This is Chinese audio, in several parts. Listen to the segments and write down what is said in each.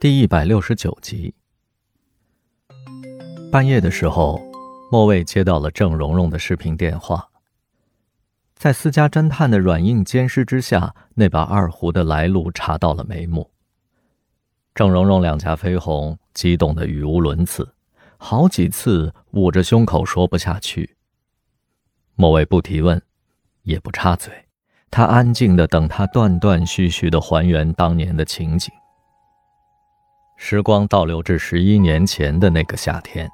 第169集。半夜的时候，莫蔚接到了郑蓉蓉的视频电话。在私家侦探的软硬兼施之下，那把二胡的来路查到了眉目。郑蓉蓉两颊绯红，激动得语无伦次，好几次捂着胸口说不下去。莫蔚不提问，也不插嘴，他安静地等他断断续续地还原当年的情景。时光倒流至11年前的那个夏天，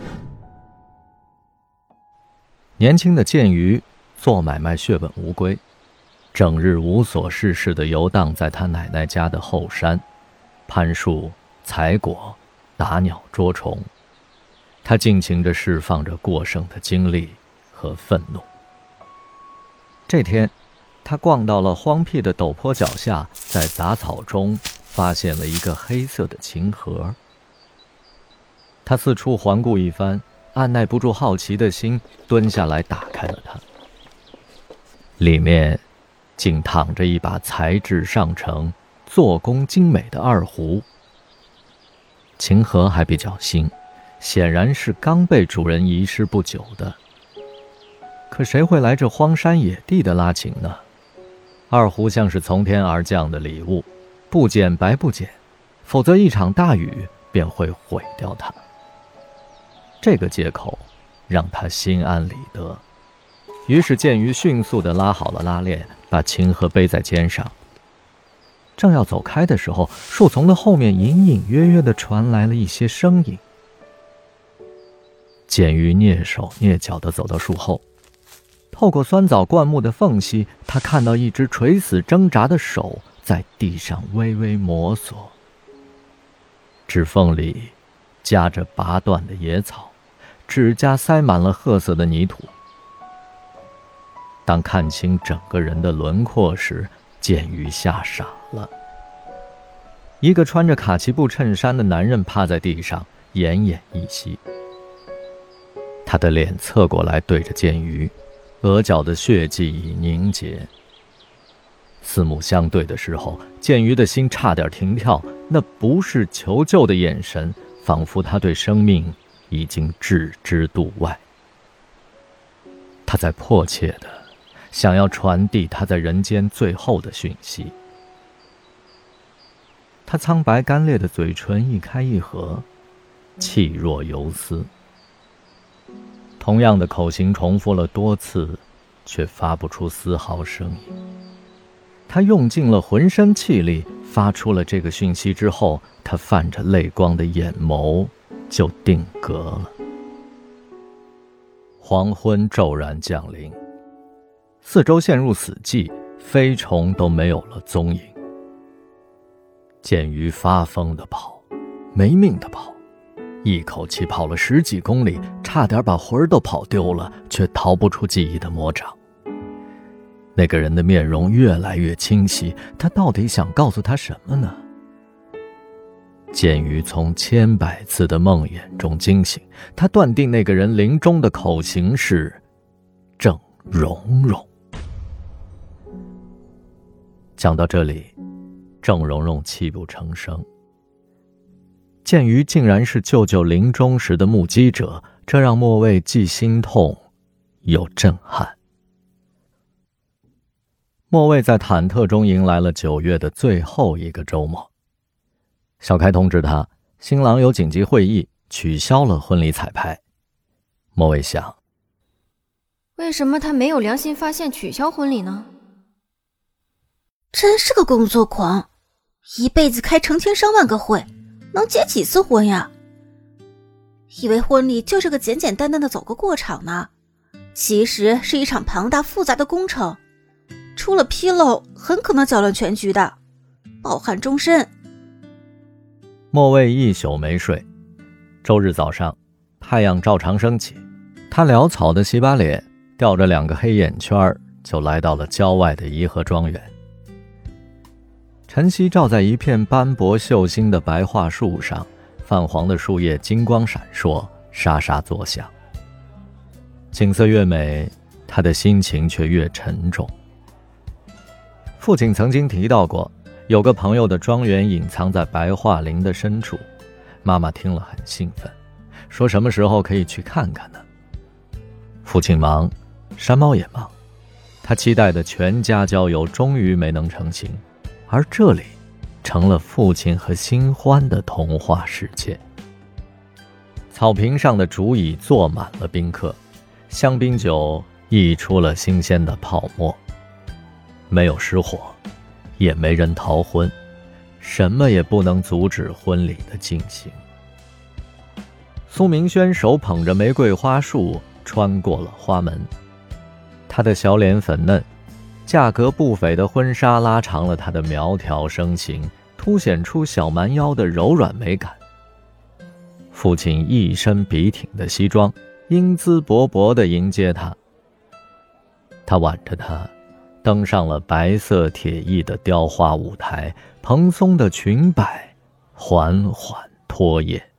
年轻的建瑜做买卖血本无归，整日无所事事地游荡在他奶奶家的后山，攀树、采果、打鸟、捉虫。他尽情地释放着过剩的精力和愤怒。这天，他逛到了荒僻的陡坡脚下，在杂草中发现了一个黑色的琴盒。他四处环顾一番，按耐不住好奇的心，蹲下来打开了它。里面竟躺着一把材质上乘、做工精美的二胡。琴盒还比较新，显然是刚被主人遗失不久的。可谁会来这荒山野地的拉琴呢？二胡像是从天而降的礼物，不捡白不捡，否则一场大雨便会毁掉它。这个借口让他心安理得，于是建瑜迅速地拉好了拉链，把琴盒背在肩上。正要走开的时候，树丛的后面隐隐约约地传来了一些声音。建瑜蹑手蹑脚地走到树后，透过酸枣灌木的缝隙，他看到一只垂死挣扎的手在地上微微摸索，指缝里夹着拔断的野草，指甲塞满了褐色的泥土。当看清整个人的轮廓时，建瑜吓傻了。一个穿着卡其布衬衫的男人趴在地上，奄奄一息。他的脸侧过来对着建瑜，额角的血迹已凝结。四目相对的时候，建瑜的心差点停跳，那不是求救的眼神，仿佛他对生命已经置之度外。他在迫切地想要传递他在人间最后的讯息。他苍白干裂的嘴唇一开一合，气若游丝。同样的口型重复了多次，却发不出丝毫声音。他用尽了浑身气力发出了这个讯息之后，他泛着泪光的眼眸就定格了。黄昏骤然降临，四周陷入死寂，飞虫都没有了踪影。建瑜发疯地跑，没命地跑，一口气跑了10几公里，差点把魂儿都跑丢了，却逃不出记忆的魔掌。那个人的面容越来越清晰，他到底想告诉他什么呢？建瑜从千百次的梦魇中惊醒，他断定那个人临终的口型是郑蓉蓉。讲到这里，郑蓉蓉泣不成声。建瑜竟然是舅舅临终时的目击者，这让莫蔚既心痛又震撼。莫蔚在忐忑中迎来了9月的最后一个周末。小开通知他，新郎有紧急会议，取消了婚礼彩排。莫蔚想， 为什么他没有良心发现取消婚礼呢？ 真是个工作狂，一辈子开成千上万个会，能结几次婚呀？以为婚礼就是个简简单单的走个过场呢，其实是一场庞大复杂的工程，出了纰漏很可能搅乱全局的，抱憾终身。 莫蔚一宿没睡。周日早上，太阳照常升起，他潦草的洗把脸，吊着2个黑眼圈，就来到了郊外的颐和庄园。晨曦照在一片斑驳锈腥的白桦树上，泛黄的树叶金光闪烁，沙沙作响。景色越美，他的心情却越沉重。父亲曾经提到过， 有个朋友的庄园隐藏在白桦林的深处，妈妈听了很兴奋，说什么时候可以去看看呢？父亲忙，山猫也忙，他期待的全家郊游终于没能成行，而这里成了父亲和新欢的童话世界。草坪上的竹椅坐满了宾客，香槟酒溢出了新鲜的泡沫，没有失火，也没人逃婚，什么也不能阻止婚礼的进行。苏明轩手捧着玫瑰花束穿过了花门，他的小脸粉嫩，价格不菲的婚纱拉长了他的苗条身形，凸显出小蛮腰的柔软美感。父亲一身笔挺的西装，英姿勃勃地迎接他。他挽着她登上了白色铁艺的雕花舞台，蓬松的裙摆缓缓拖曳。